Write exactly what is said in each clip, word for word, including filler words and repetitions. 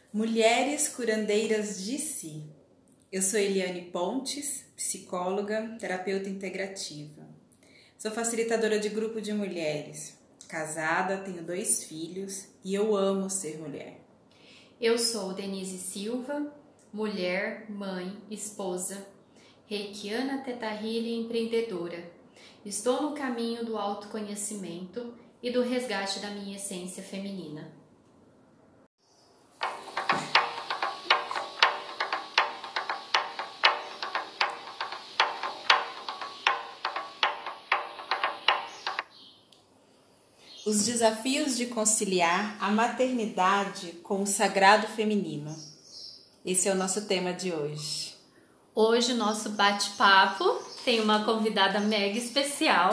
Mulheres curandeiras de si. Eu sou Eliane Pontes, psicóloga, terapeuta integrativa. Sou facilitadora de grupo de mulheres. Casada, tenho dois filhos e eu amo ser mulher. Eu sou Denise Silva, mulher, mãe, esposa, reikiana Theta Healing empreendedora. Estou no caminho do autoconhecimento e do resgate da minha essência feminina. Os desafios de conciliar a maternidade com o sagrado feminino. Esse é o nosso tema de hoje. Hoje o nosso bate-papo tem uma convidada mega especial,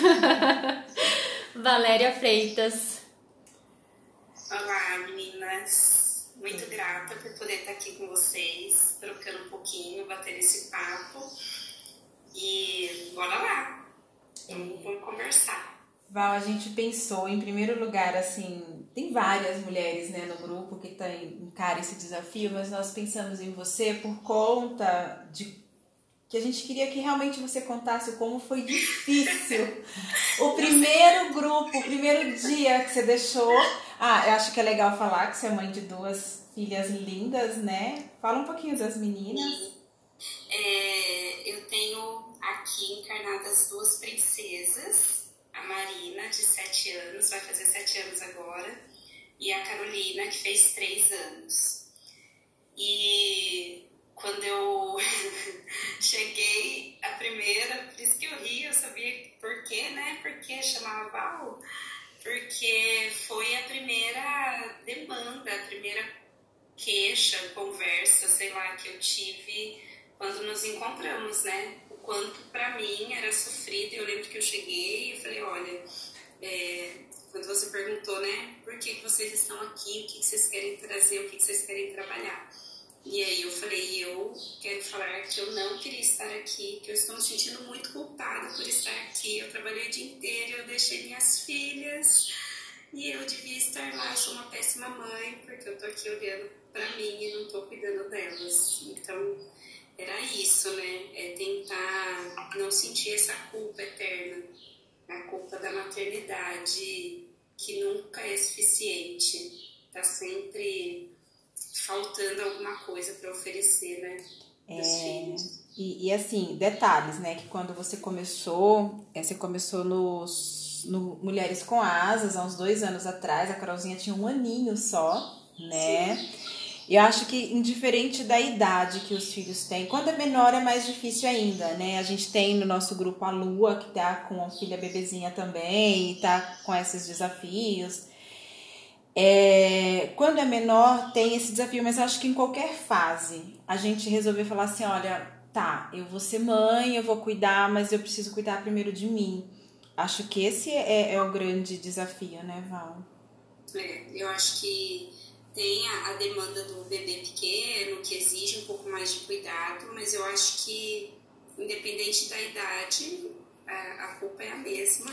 Valéria Freitas. Olá, meninas. Muito grata por poder estar aqui com vocês, trocando um pouquinho, batendo esse papo. E bora lá, vamos, vamos conversar. Val, a gente pensou, em primeiro lugar, assim, tem várias mulheres, né, no grupo que tá, encaram esse desafio, mas nós pensamos em você por conta de que a gente queria que realmente você contasse como foi difícil o primeiro grupo, o primeiro dia que você deixou. Ah, eu acho que é legal falar que você é mãe de duas filhas lindas, né? Fala um pouquinho das meninas. É, eu tenho aqui encarnadas duas princesas, a Marina, de sete anos, vai fazer sete anos agora, e a Carolina, que fez três anos. E quando eu cheguei, a primeira, por isso que eu ri, eu sabia por quê, né? Porque chamava Val, porque foi a primeira demanda, a primeira queixa, conversa, sei lá, que eu tive quando nos encontramos, né? O quanto pra mim era sofrido. Eu lembro que eu cheguei e falei, olha, é, quando você perguntou, né, por que vocês estão aqui, o que vocês querem trazer, o que vocês querem trabalhar. E aí eu falei, eu quero falar que eu não queria estar aqui, que eu estou me sentindo muito culpada por estar aqui. Eu trabalhei o dia inteiro, eu deixei minhas filhas e eu devia estar lá. Eu sou uma péssima mãe, porque eu tô aqui olhando pra mim e não tô cuidando delas. Então, era isso, né? É tentar não sentir essa culpa eterna, a culpa da maternidade, que nunca é suficiente. Tá sempre faltando alguma coisa para oferecer, né, dos É, filhos. E, e assim, detalhes, né? Que quando você começou, é, você começou nos, no Mulheres com Asas, há uns dois anos atrás, a Carolzinha tinha um aninho só, né? Sim. E eu acho que indiferente da idade que os filhos têm, quando é menor é mais difícil ainda, né? A gente tem no nosso grupo a Lua, que tá com a filha bebezinha também, e tá com esses desafios. É, quando é menor tem esse desafio, mas acho que em qualquer fase a gente resolveu falar assim, olha, tá, eu vou ser mãe, eu vou cuidar, mas eu preciso cuidar primeiro de mim. Acho que esse é, é o grande desafio, né, Val? É, eu acho que tem a, a demanda do bebê pequeno, que exige um pouco mais de cuidado, mas eu acho que, independente da idade, a, a culpa é a mesma.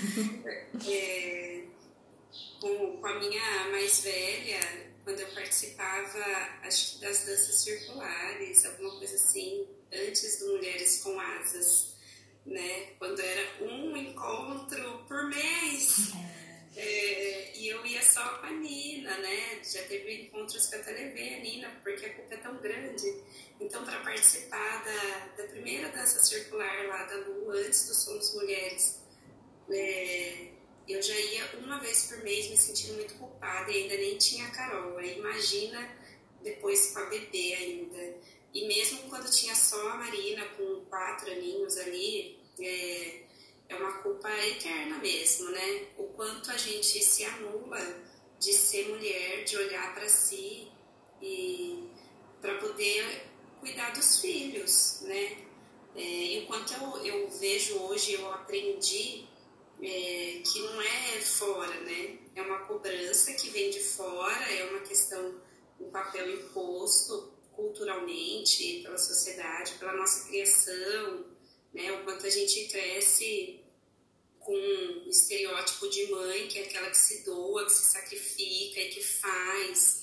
é, com, com a minha mais velha, quando eu participava, acho que das danças circulares, alguma coisa assim, antes do Mulheres com Asas, né? Quando era um encontro por mês. É, e eu ia só com a Nina, né? Já teve encontros que eu até levei a Nina, porque a culpa é tão grande. Então, para participar da, da primeira dança circular lá da Lua, antes do Somos Mulheres, é, eu já ia uma vez por mês me sentindo muito culpada e ainda nem tinha a Carol. Aí imagina depois com a bebê ainda. E mesmo quando tinha só a Marina com quatro aninhos ali, é, é uma culpa eterna mesmo, né? O quanto a gente se anula de ser mulher, de olhar para si e para poder cuidar dos filhos, né? É, e o quanto eu, eu vejo hoje, eu aprendi é, que não é fora, né? É uma cobrança que vem de fora, é uma questão, um papel imposto culturalmente pela sociedade, pela nossa criação, né? O quanto a gente cresce com um estereótipo de mãe, que é aquela que se doa, que se sacrifica e que faz,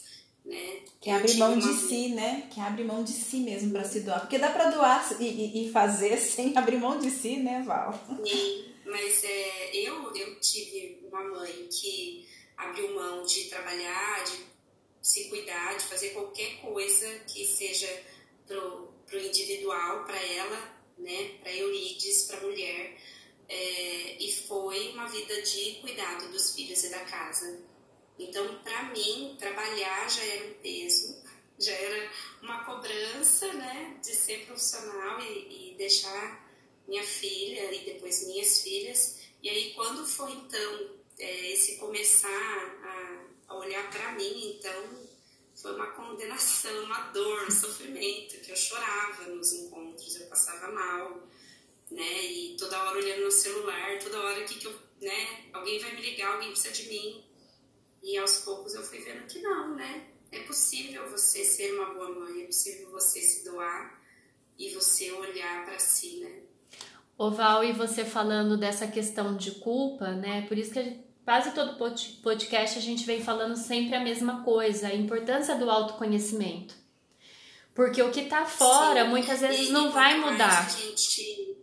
né? Que abre mão de si, né? Que abre mão de si mesmo para se doar. Porque dá para doar e, e, e fazer sem abrir mão de si, né, Val? Sim, mas é, eu, eu tive uma mãe que abriu mão de trabalhar, de se cuidar, de fazer qualquer coisa que seja pro, pro individual, para ela, né? Para Eurides, para a mulher. É, e foi uma vida de cuidado dos filhos e da casa. Então, para mim, trabalhar já era um peso, já era uma cobrança, né, de ser profissional e, e deixar minha filha e depois minhas filhas. E aí, quando foi, então, é, esse começar a, a olhar para mim, então, foi uma condenação, uma dor, um sofrimento, que eu chorava nos encontros, eu passava mal, né, e toda hora olhando no celular, toda hora que, que eu, né, alguém vai me ligar, alguém precisa de mim. E aos poucos eu fui vendo que não, né? É possível você ser uma boa mãe, é possível você se doar e você olhar para si, né? Ô Val, e você falando dessa questão de culpa, né? Por isso que a gente, quase todo podcast a gente vem falando sempre a mesma coisa, a importância do autoconhecimento. Porque o que tá fora, sim, muitas vezes e, não e vai mudar. Gente...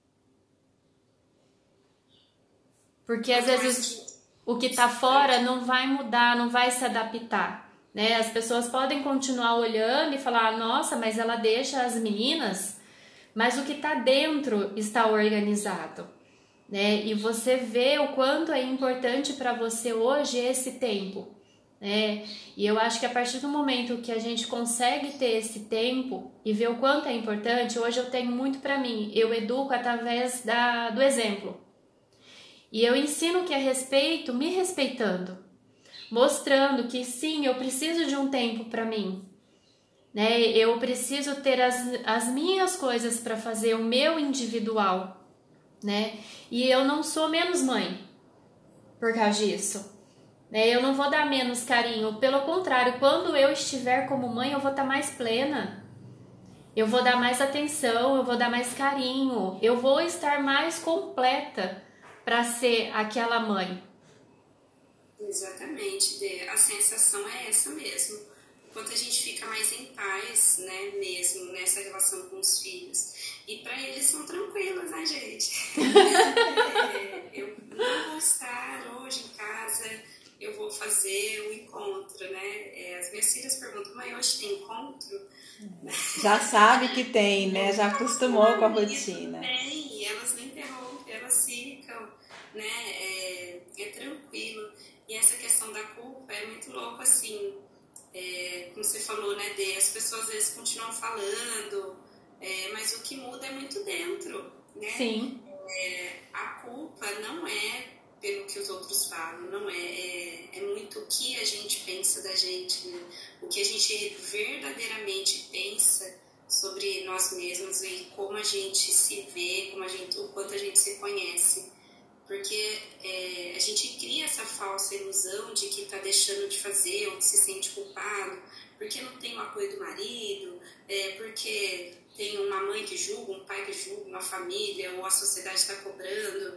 Porque às vezes... O que está fora não vai mudar, não vai se adaptar, né? As pessoas podem continuar olhando e falar, nossa, mas ela deixa as meninas, mas o que está dentro está organizado, né? E você vê o quanto é importante para você hoje esse tempo, né? E eu acho que a partir do momento que a gente consegue ter esse tempo e ver o quanto é importante, hoje eu tenho muito para mim, eu educo através da, do exemplo. E eu ensino o que é respeito me respeitando, mostrando que sim, eu preciso de um tempo para mim, né? Eu preciso ter as, as minhas coisas para fazer, o meu individual, né? E eu não sou menos mãe por causa disso, né? Eu não vou dar menos carinho, pelo contrário, quando eu estiver como mãe, eu vou estar mais plena, eu vou dar mais atenção, eu vou dar mais carinho, eu vou estar mais completa para ser aquela mãe. Exatamente, Dê. A sensação é essa mesmo. Enquanto a gente fica mais em paz, né, mesmo nessa relação com os filhos. E para eles são tranquilos, né, gente? é, eu não vou estar hoje em casa, eu vou fazer o encontro, né? É, as minhas filhas perguntam, mãe, hoje tem encontro? Já sabe que tem, né? Já acostumou com a rotina. Tem, elas não interrompem, elas ficam, né? É, é tranquilo. E essa questão da culpa é muito louco, assim, é, como você falou, né, Dê? As pessoas às vezes continuam falando, é, mas o que muda é muito dentro, né? Sim. É, a culpa não é pelo que os outros falam, não é, é, é muito o que a gente pensa da gente, né? O que a gente verdadeiramente pensa sobre nós mesmos e como a gente se vê, como a gente, o quanto a gente se conhece. Porque é, a gente cria essa falsa ilusão de que está deixando de fazer ou que se sente culpado, porque não tem o apoio do marido, é, porque tem uma mãe que julga, um pai que julga, uma família, ou a sociedade está cobrando.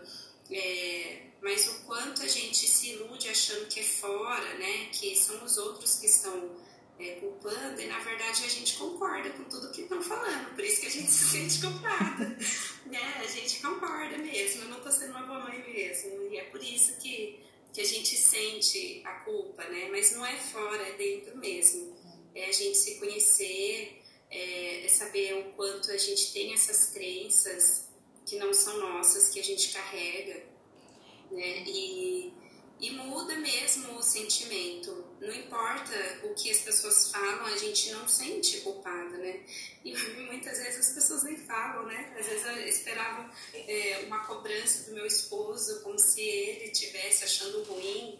É, mas o quanto a gente se ilude achando que é fora, né, que são os outros que estão é, culpando, e na verdade a gente concorda com tudo que estão falando, por isso que a gente se sente culpada, né? A gente concorda mesmo, eu não estou sendo uma boa mãe mesmo, e é por isso que, que a gente sente a culpa, né? Mas não é fora, é dentro mesmo, é a gente se conhecer, é, é saber o quanto a gente tem essas crenças que não são nossas, que a gente carrega, né? E, e muda mesmo o sentimento. Não importa o que as pessoas falam, a gente não sente culpada, né? E muitas vezes as pessoas nem falam, né? Às vezes eu esperava é, uma cobrança do meu esposo, como se ele estivesse achando ruim,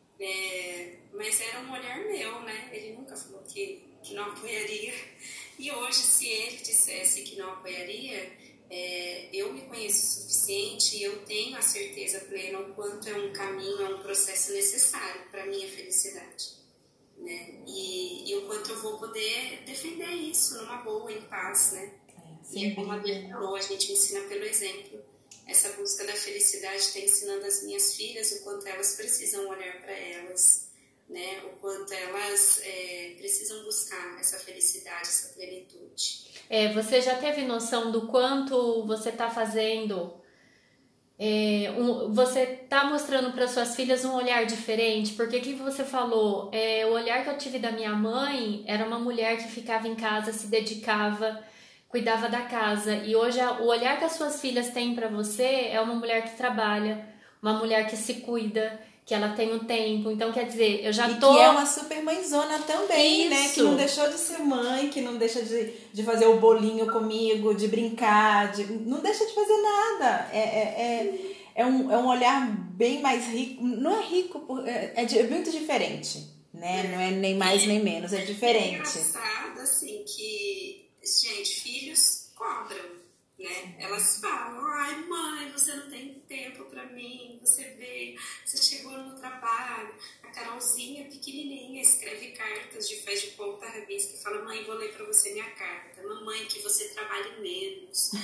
é, mas era um olhar meu, né? Ele nunca falou que, que não apoiaria. E hoje, se ele dissesse que não apoiaria, É, eu me conheço o suficiente e eu tenho a certeza plena o quanto é um caminho, é um processo necessário para a minha felicidade, né? E, e o quanto eu vou poder defender isso numa boa, em paz, né? É, e é como a Bia falou, a gente ensina pelo exemplo. Essa busca da felicidade está ensinando as minhas filhas o quanto elas precisam olhar para elas, né? O quanto elas é, precisam buscar essa felicidade, essa plenitude. É, você já teve noção do quanto você está fazendo? É, um, você está mostrando para suas filhas um olhar diferente? Porque o que você falou? É, o olhar que eu tive da minha mãe era uma mulher que ficava em casa, se dedicava, cuidava da casa. E hoje o olhar que as suas filhas têm para você é uma mulher que trabalha, uma mulher que se cuida, que ela tem um tempo. Então, quer dizer, eu já e tô... que é uma super mãezona também, Isso. né? Que não deixou de ser mãe, que não deixa de, de fazer o bolinho comigo, de brincar, de, não deixa de fazer nada. É, é, é, é, um, é um olhar bem mais rico. Não é rico, é, é, é muito diferente, né? Não é nem mais nem menos, é diferente. É engraçado, assim, que, gente, filhos cobram. Né? Elas falam, ai mãe, você não tem tempo pra mim, você veio, você chegou no trabalho. A Carolzinha, pequenininha, escreve cartas de faz de conta rabisca e fala, mãe, vou ler pra você minha carta. Mamãe, que você trabalhe menos.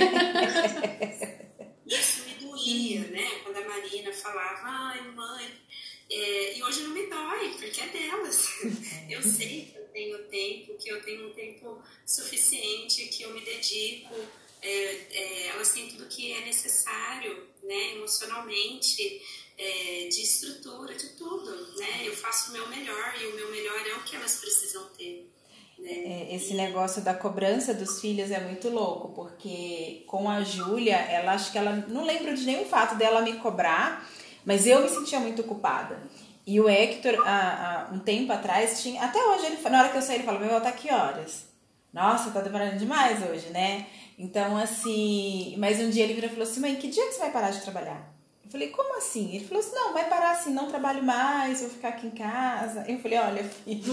Isso me doía, né? Quando a Marina falava, ai mãe, é, e hoje não me dói, porque é delas. Eu sei que eu tenho tempo, que eu tenho um tempo suficiente, que eu me dedico. É, é, elas têm tudo que é necessário, né, emocionalmente, é, de estrutura, de tudo, né? Eu faço o meu melhor e o meu melhor é o que elas precisam ter. Né? É, esse negócio da cobrança dos filhos é muito louco, porque com a Júlia, ela acho que ela não lembro de nenhum fato dela me cobrar, mas eu me sentia muito culpada. E o Hector, há, há um tempo atrás, tinha, até hoje, ele, na hora que eu saí, ele fala, vai voltar que horas? Nossa, tá demorando demais hoje, né? Então, assim, mas um dia ele virou e falou assim, mãe, que dia que você vai parar de trabalhar? Eu falei, como assim? Ele falou assim, não, vai parar assim, não trabalho mais, vou ficar aqui em casa. Eu falei, olha, filho.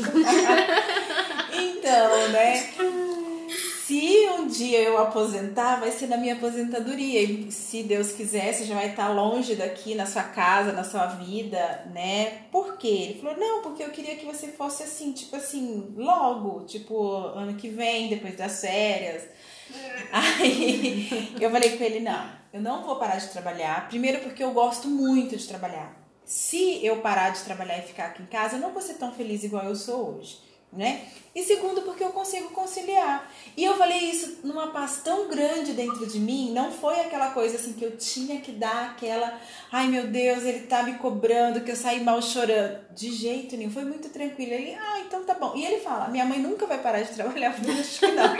Então, né? Se um dia eu aposentar, vai ser na minha aposentadoria. E se Deus quiser, você já vai estar longe daqui, na sua casa, na sua vida, né? Por quê? Ele falou, não, porque eu queria que você fosse assim, tipo assim, logo, tipo, ano que vem, depois das férias. Aí eu falei com ele, não, eu não vou parar de trabalhar. Primeiro porque eu gosto muito de trabalhar. Se eu parar de trabalhar e ficar aqui em casa, eu não vou ser tão feliz igual eu sou hoje, né? E segundo porque eu consigo conciliar. E eu falei isso numa paz tão grande dentro de mim. Não foi aquela coisa assim que eu tinha que dar aquela, ai meu Deus, ele tá me cobrando, que eu saí mal chorando. De jeito nenhum, foi muito tranquilo. Ele, ah, então tá bom. E ele fala, minha mãe nunca vai parar de trabalhar. Eu acho que não.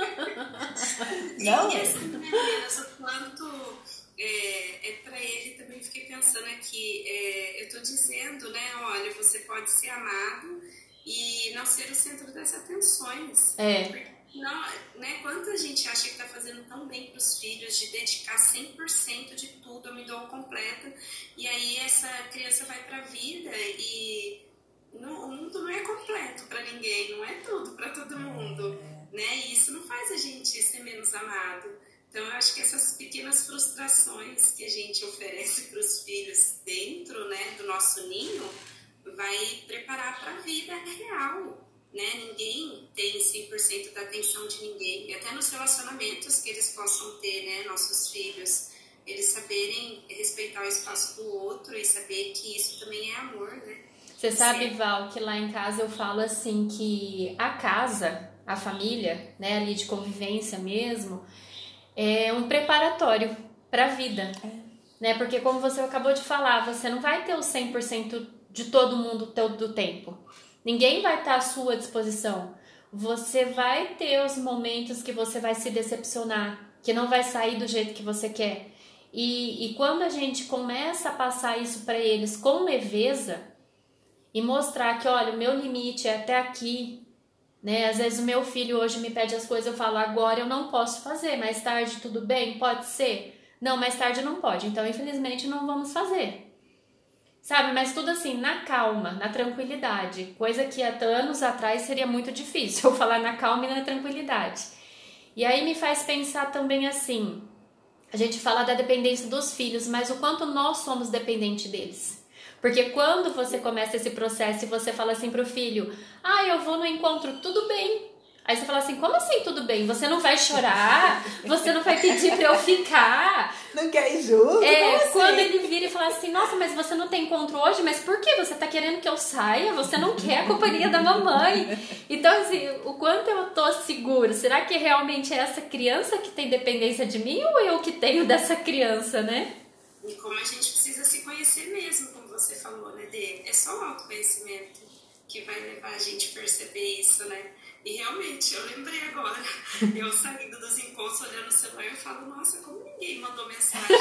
Não? E assim, meninas, o quanto é, é para ele também. Fiquei pensando aqui, é, eu tô dizendo, né, olha, você pode ser amado e não ser o centro das atenções. É. Porque, não, né, quanta gente acha que tá fazendo tão bem pros filhos, de dedicar cem por cento de tudo, eu me dou completa, e aí essa criança vai pra vida e no, o mundo não é completo para ninguém, não é tudo para todo mundo, né? E isso não faz a gente ser menos amado. Então eu acho que essas pequenas frustrações que a gente oferece para os filhos dentro, né, do nosso ninho, vai preparar para a vida real, né? Ninguém tem cem por cento da atenção de ninguém, e até nos relacionamentos que eles possam ter, né, nossos filhos, eles saberem respeitar o espaço do outro e saber que isso também é amor, né? Você sabe, Val, que lá em casa eu falo assim que a casa, a família, né, ali de convivência mesmo, é um preparatório para a vida, né? Porque como você acabou de falar, você não vai ter o cem por cento de todo mundo todo o tempo. Ninguém vai estar à sua disposição. Você vai ter os momentos que você vai se decepcionar, que não vai sair do jeito que você quer. E, e quando a gente começa a passar isso para eles com leveza e mostrar que, olha, o meu limite é até aqui, né? Às vezes o meu filho hoje me pede as coisas, eu falo, agora eu não posso fazer, mais tarde tudo bem? Pode ser? Não, mais tarde não pode, então infelizmente não vamos fazer. Sabe, mas tudo assim, na calma, na tranquilidade, coisa que há anos atrás seria muito difícil eu falar na calma e na tranquilidade. E aí me faz pensar também assim, a gente fala da dependência dos filhos, mas o quanto nós somos dependentes deles. Porque quando você começa esse processo e você fala assim pro filho, ah, eu vou no encontro, tudo bem, Aí você fala assim, como assim tudo bem? Você não vai chorar? Você não vai pedir pra eu ficar? Não quer ir junto? É, assim? Quando ele vira e fala assim, nossa, mas você não tem encontro hoje? Mas por que? Você tá querendo que eu saia? Você não quer a companhia da mamãe? Então, assim, o quanto eu tô seguro? Será que realmente é essa criança que tem dependência de mim ou eu que tenho dessa criança, né? E como a gente precisa se conhecer mesmo, como você falou, né, Dê? É só o autoconhecimento que vai levar a gente a perceber isso, né? E realmente, eu lembrei agora, eu saindo dos encontros, olhando o celular, eu falo, nossa, como ninguém mandou mensagem?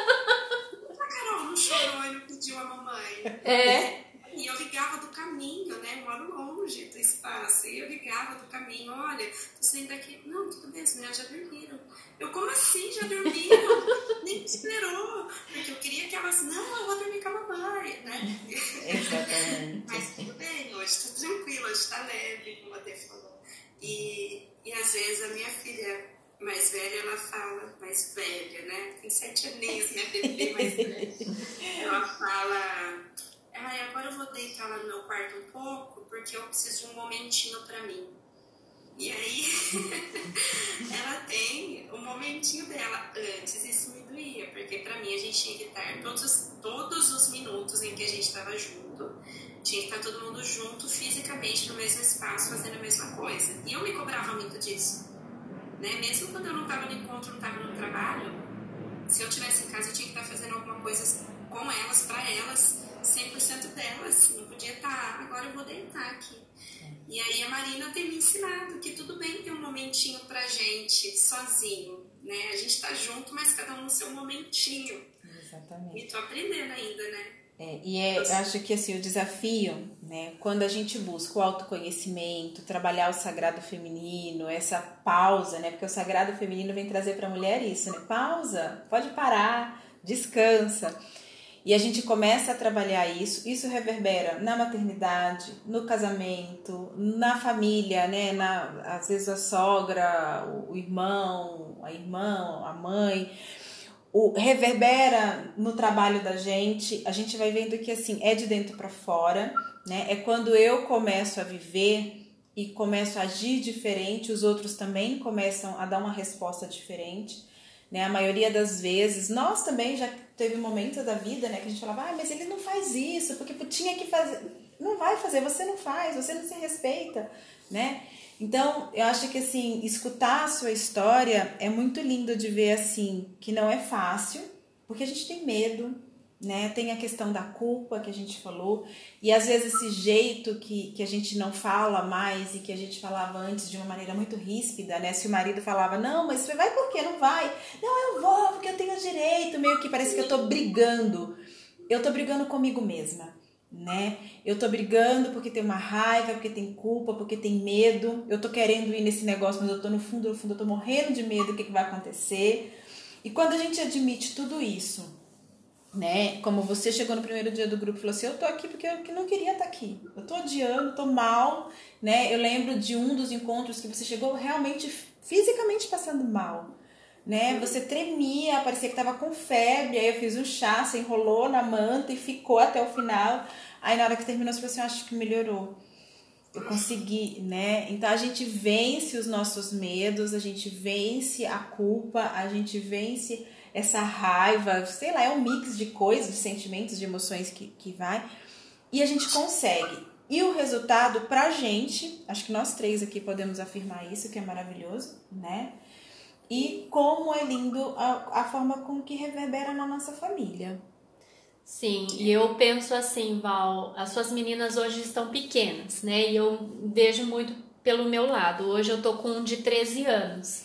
A Carol não chorou e não pediu a mamãe. É. E eu ligava do caminho, né? Eu moro longe do espaço. E eu ligava do caminho, olha, tô saindo daqui. Não, tudo bem, as meninas já dormiram. Eu, como assim já dormiram? Nem me esperou. Porque eu queria que elas, não, eu vou dormir com a mamãe, né? Exatamente. Mas tudo bem, hoje tá tranquilo, hoje tá leve, como a Dê falou. E, e às vezes a minha filha mais velha, ela fala, mais velha, né? Tem sete aninhos, minha bebê mais velha. Ela fala, ah, agora eu vou deitar lá no meu quarto um pouco, porque eu preciso de um momentinho pra mim. E aí, ela tem um momentinho dela. Antes isso me doía, porque pra mim a gente tinha que estar todos, todos os minutos em que a gente estava junto, tinha que estar todo mundo junto fisicamente no mesmo espaço, fazendo a mesma coisa. E eu me cobrava muito disso. Né? Mesmo quando eu não estava no encontro, não estava no trabalho, se eu estivesse em casa, eu tinha que estar fazendo alguma coisa com elas, para elas, cem por cento delas. Não podia estar, agora eu vou deitar aqui. E aí a Marina tem me ensinado que tudo bem ter um momentinho pra gente, sozinho, né? A gente tá junto, mas cada um no seu momentinho. Exatamente. E tô aprendendo ainda, né? É, e é, eu acho que assim, o desafio, né, quando a gente busca o autoconhecimento, trabalhar o sagrado feminino, essa pausa, né, porque o sagrado feminino vem trazer para a mulher isso, né, pausa, pode parar, descansa. E a gente começa a trabalhar isso, isso reverbera na maternidade, no casamento, na família, né, na, às vezes a sogra, o irmão, a irmã, a mãe. O reverbera no trabalho da gente, a gente vai vendo que assim, é de dentro para fora, né? É quando eu começo a viver e começo a agir diferente, os outros também começam a dar uma resposta diferente, né? A maioria das vezes, nós também já teve momentos da vida, né, que a gente falava, ah, mas ele não faz isso, porque tinha que fazer. Não vai fazer, você não faz, você não se respeita, né? Então, eu acho que, assim, escutar a sua história é muito lindo de ver, assim, que não é fácil, porque a gente tem medo, né? Tem a questão da culpa que a gente falou, e às vezes esse jeito que, que a gente não fala mais e que a gente falava antes de uma maneira muito ríspida, né? Se o marido falava, não, mas você vai por quê? Não vai. Não, eu vou, porque eu tenho direito, meio que parece que eu tô brigando. Eu tô brigando comigo mesma. Né? Eu tô brigando porque tem uma raiva, porque tem culpa, porque tem medo. Eu tô querendo ir nesse negócio, mas eu tô no fundo, no fundo eu tô morrendo de medo do que, que vai acontecer. E quando a gente admite tudo isso, né? Como você chegou no primeiro dia do grupo e falou assim, eu tô aqui porque eu não queria estar aqui. Eu tô odiando, tô mal, né? Eu lembro de um dos encontros que você chegou realmente fisicamente passando mal. Né? Você tremia, parecia que tava com febre, aí eu fiz um chá, você enrolou na manta e ficou até o final. Aí na hora que terminou, você falou assim, eu acho que melhorou. Eu consegui, né? Então a gente vence os nossos medos, a gente vence a culpa, a gente vence essa raiva, sei lá, é um mix de coisas, de sentimentos, de emoções que, que vai, e a gente consegue. E o resultado pra gente, acho que nós três aqui podemos afirmar isso, que é maravilhoso, né? E como é lindo a, a forma com que reverbera na nossa família. Sim, e eu penso assim, Val, as suas meninas hoje estão pequenas, né? E eu vejo muito pelo meu lado. Hoje eu tô com um de treze anos.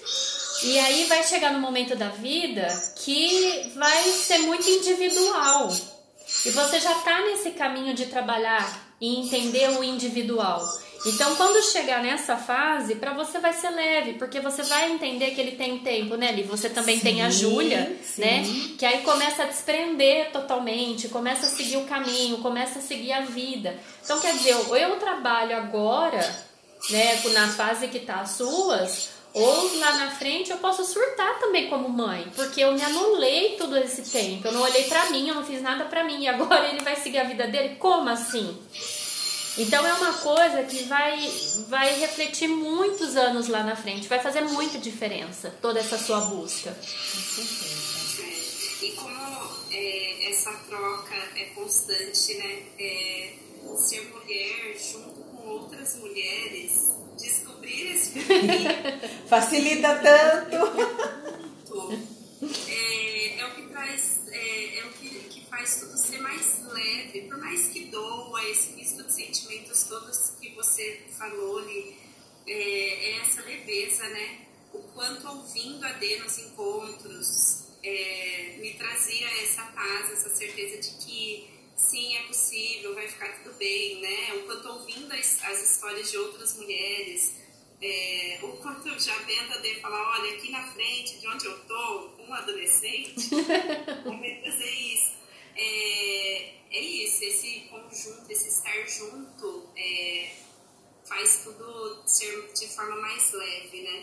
E aí vai chegar no momento da vida que vai ser muito individual. E você já tá nesse caminho de trabalhar e entender o individual. Então, quando chegar nessa fase, para você vai ser leve, porque você vai entender que ele tem tempo, né, Li? Você também sim, tem a Júlia, né? Que aí começa a desprender totalmente, começa a seguir o caminho, começa a seguir a vida. Então, quer dizer, ou eu trabalho agora, né, na fase que tá as suas, ou lá na frente eu posso surtar também como mãe, porque eu me anulei todo esse tempo, eu não olhei pra mim, eu não fiz nada pra mim, e agora ele vai seguir a vida dele? Como assim? Então é uma coisa que vai, vai refletir muitos anos lá na frente, vai fazer muita diferença, toda essa sua busca. Com certeza. É, e como é, essa troca é constante, né? É, ser mulher junto com outras mulheres, descobrir esse feminino facilita tanto. É, é o que traz, é, é o que, que faz tudo ser mais leve, por mais que doa esse misto de sentimentos todos que você falou ali, é, é essa leveza, né? O quanto ouvindo a Dê nos encontros é, me trazia essa paz, essa certeza de que sim, é possível, vai ficar tudo bem, né? O quanto ouvindo as, as histórias de outras mulheres, é, o quanto eu já vendo a Dê falar, olha, aqui na frente de onde eu tô, um adolescente, como é fazer isso? É, é isso, esse conjunto, esse estar junto, é, faz tudo ser de forma mais leve, né?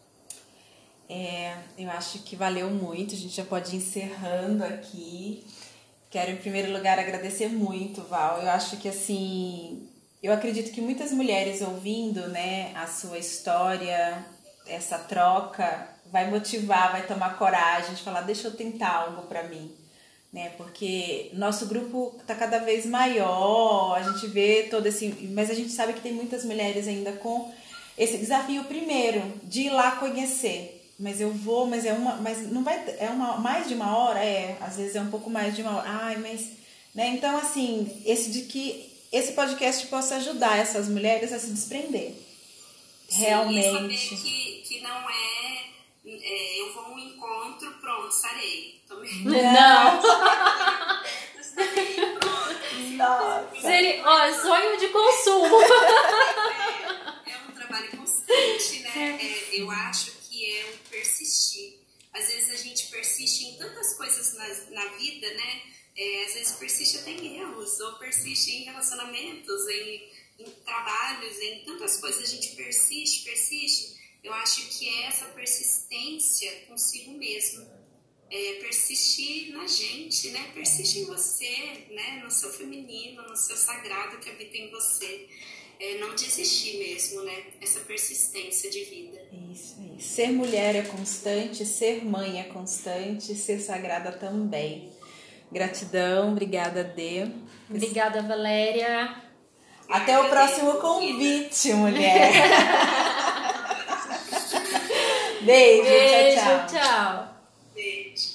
É, eu acho que valeu muito, a gente já pode ir encerrando aqui. Quero, em primeiro lugar, agradecer muito, Val. Eu acho que, assim, eu acredito que muitas mulheres ouvindo, né, a sua história, essa troca, vai motivar, vai tomar coragem de falar, deixa eu tentar algo pra mim, né? Porque nosso grupo tá cada vez maior, a gente vê todo esse... Mas a gente sabe que tem muitas mulheres ainda com esse desafio, primeiro, de ir lá conhecer. Mas eu vou, mas é uma, mas não vai, é uma mais de uma hora, é, às vezes é um pouco mais de uma hora. Ai, mas, né? Então, assim, esse de que esse podcast possa ajudar essas mulheres a se desprender. Sim, realmente. E saber que, que não é, é, eu vou a um encontro, pronto, sarei. Tomei. Não. Sarei, pronto. Nossa. Seria, ó, sonho de consumo. É, é um trabalho constante, né? É, eu acho que é um persistir. Às vezes a gente persiste em tantas coisas na, na vida, né? É, às vezes persiste até em erros, ou persiste em relacionamentos, em, em trabalhos, em tantas coisas. A gente persiste, persiste. Eu acho que é essa persistência consigo mesmo. É, persistir na gente, né? Persiste em você, né? No seu feminino, no seu sagrado que habita em você. É, não desistir mesmo, né? Essa persistência de vida. Isso aí. Ser mulher é constante, ser mãe é constante, ser sagrada também. Gratidão, obrigada, Dê. Obrigada, Valéria. Até o próximo convite, mulher. Beijo, Beijo, tchau, tchau. tchau. Beijo.